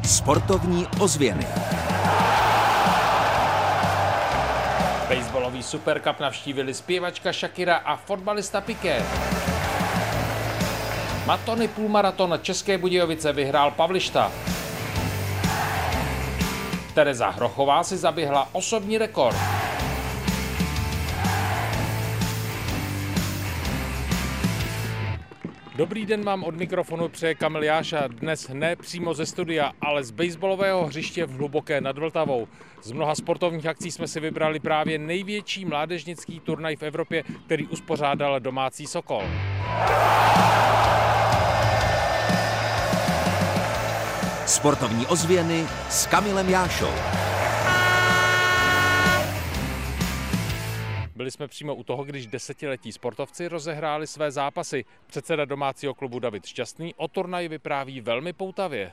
Sportovní ozvěny. Baseballový supercup navštívili zpěvačka Shakira a fotbalista Piqué. Matony půlmaraton České Budějovice vyhrál Pavlišta. Tereza Hrochová si zaběhla osobní rekord. Dobrý den, mám od mikrofonu přeje Kamil Jáša, dnes ne přímo ze studia, ale z baseballového hřiště v Hluboké nad Vltavou. Z mnoha sportovních akcí jsme si vybrali právě největší mládežnický turnaj v Evropě, který uspořádal domácí Sokol. Sportovní ozvěny s Kamilem Jášou. Byli jsme přímo u toho, když desetiletí sportovci rozehráli své zápasy. Předseda domácího klubu David Šťastný o turnaji vypráví velmi poutavě.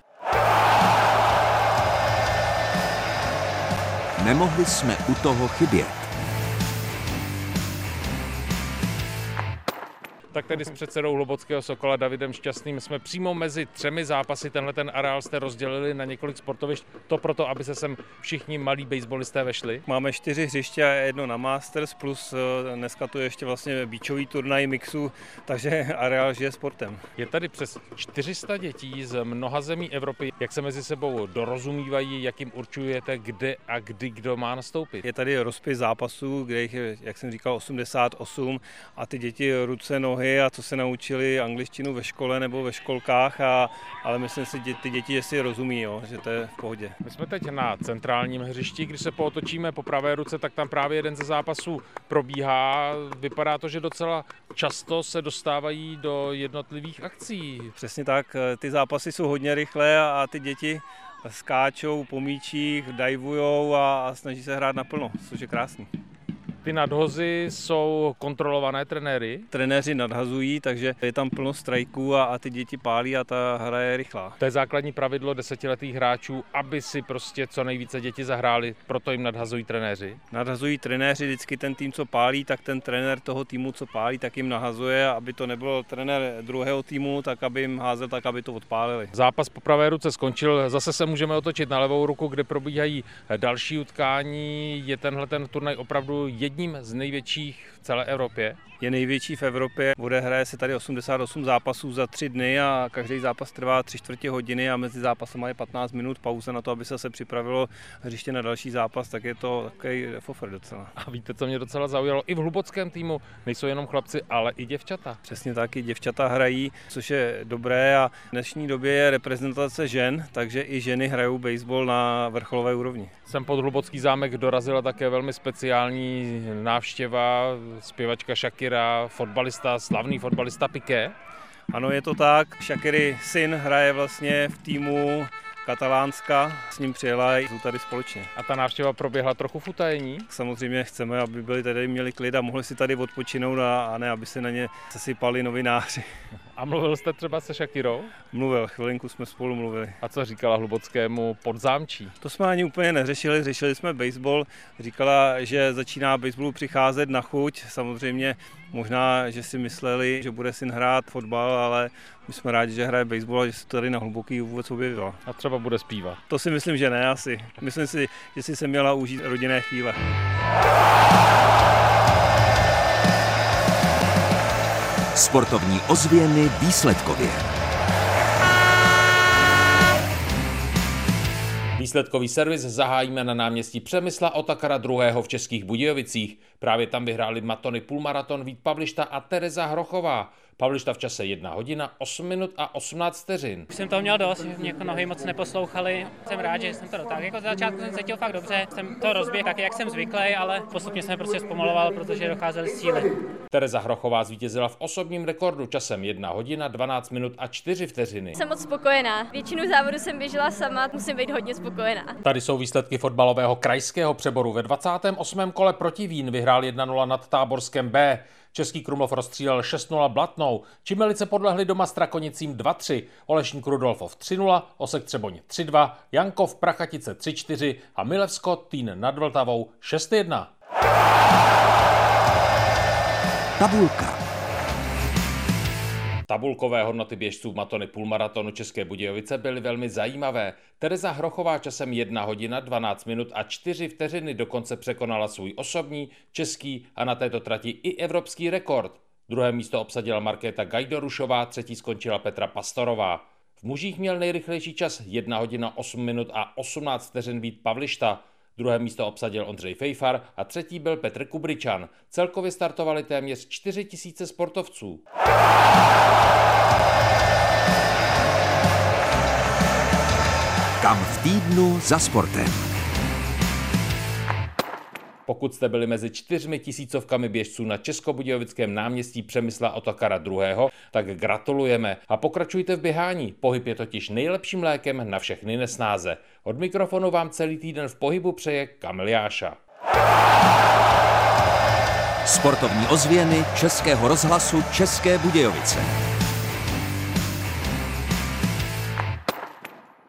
Nemohli jsme u toho chybět. Tak tedy s předsedou Hlubockého Sokola Davidem Šťastným jsme přímo mezi třemi zápasy. Tenhle ten areál jste rozdělili na několik sportovišť. To proto, aby se sem všichni malí baseballisté vešli? Máme 4 hřiště a jedno na Masters, plus dneska tu je ještě vlastně beachový turnaj mixu, takže areál žije sportem. Je tady přes 400 dětí z mnoha zemí Evropy. Jak se mezi sebou dorozumívají, jak jim určujete, kde a kdy kdo má nastoupit? Je tady rozpis zápasů, kde jich je, jak jsem říkal, 88 a ty děti ruce, nohy a co se naučili angličtinu ve škole nebo ve školkách, ale myslím si, že ty děti že si rozumí, jo, že to je v pohodě. My jsme teď na centrálním hřišti, když se pootočíme po pravé ruce, tak tam právě jeden ze zápasů probíhá. Vypadá to, že docela často se dostávají do jednotlivých akcí. Přesně tak, ty zápasy jsou hodně rychlé a ty děti skáčou po míčích, divujou a snaží se hrát naplno, což je krásný. Ty nadhozy jsou kontrolované trenéry? Trenéři nadhazují, takže je tam plno strajků a ty děti pálí a ta hra je rychlá. To je základní pravidlo desetiletých hráčů, aby si prostě co nejvíce děti zahráli, proto jim nadhazují trenéři? Nadhazují trenéři, vždycky ten tým, co pálí, tak ten trenér toho týmu, co pálí, tak jim nahazuje, aby to nebyl trenér druhého týmu, tak aby jim házel tak, aby to odpálili. Zápas po pravé ruce skončil, zase se můžeme otočit na levou ruku, kde probíhají další utkání. Je tenhle ten turnaj opravdu jedním z největších v celé Evropě? Je největší v Evropě, odehraje se tady 88 zápasů za 3 dny a každý zápas trvá 3/4 hodiny a mezi zápasem je 15 minut pauza na to, aby se připravilo hřiště na další zápas, tak je to takový fofer docela. A víte, co mě docela zaujalo? I v hlubockém týmu nejsou jenom chlapci, ale i děvčata. Přesně tak, i děvčata hrají, což je dobré a v dnešní době je reprezentace žen, takže i ženy hrajou baseball na vrcholové úrovni. Sem pod Hlubocký zámek dorazila také velmi speciální návštěva, zpěvačka Shakira, slavný fotbalista Piqué. Ano, je to tak. Shakiry syn hraje vlastně v týmu Katalánska, s ním přijela a jsou tady společně. A ta návštěva proběhla trochu v utajení? Samozřejmě chceme, aby byli tady, měli klid a mohli si tady odpočinout a ne, aby se na ně sesypali novináři. A mluvil jste třeba se Shakirou? Mluvil, chvilinku jsme spolu mluvili. A co říkala Hlubockému Podzámčí? To jsme ani úplně neřešili, řešili jsme baseball. Říkala, že začíná baseballu přicházet na chuť. Samozřejmě možná, že si mysleli, že bude syn hrát fotbal, ale my jsme rádi, že hraje baseball a že se tady na Hluboký vůbec objevila. A třeba bude zpívat? To si myslím, že ne asi. Myslím si, že si se měla užít rodinné chvíle. Sportovní ozvěny výsledkově. Výsledkový servis zahájíme na náměstí Přemysla Otakara II. V Českých Budějovicích. Právě tam vyhráli Matony půlmaraton Vít Pavlišta a Tereza Hrochová. Pavlišta v čase 1 hodina, 8 minut a 18 vteřin. Už jsem toho měl dost, že mě nohy moc neposlouchaly. Jsem rád, že jsem to dotáhl. Jako za začátku jsem cítil fakt dobře. Jsem to rozběhl tak, jak jsem zvyklý, ale postupně jsem prostě zpomaloval, protože docházely síly. Tereza Hrochová zvítězila v osobním rekordu časem 1 hodina, 12 minut a 4 vteřiny. Jsem moc spokojená. Většinu závodu jsem běžela sama, musím být hodně spokojená. Tady jsou výsledky fotbalového krajského přeboru. Ve 28. kole proti Vín vyhrál 1-0 nad Táborskem B. Český Krumlov rozstřílel 6-0 Blatnou, Čimelice podlehli doma Strakonicím 2-3, Olešník Rudolfov 3-0, Osek Třeboň 3-2, Jankov Prachatice 3-4 a Milevsko Týn nad Vltavou 6-1. Tabulka. Tabulkové hodnoty běžců Matony půlmaratonu České Budějovice byly velmi zajímavé. Tereza Hrochová časem 1 hodina 12 minut a 4 vteřiny dokonce překonala svůj osobní, český a na této trati i evropský rekord. Druhé místo obsadila Markéta Gajdorušová, třetí skončila Petra Pastorová. V mužích měl nejrychlejší čas 1 hodina 8 minut a 18 vteřin Vít Pavlišta. Druhé místo obsadil Ondřej Fejfar a třetí byl Petr Kubričan. Celkově startovali téměř 4 000 sportovců. Kam v týdnu za sportem. Pokud jste byli mezi 4 000 běžců na Českobudějovickém náměstí Přemysla Otakara II., tak gratulujeme a pokračujte v běhání. Pohyb je totiž nejlepším lékem na všechny nesnáze. Od mikrofonu vám celý týden v pohybu přeje Kamil Jáša. Sportovní ozvěny Českého rozhlasu České Budějovice.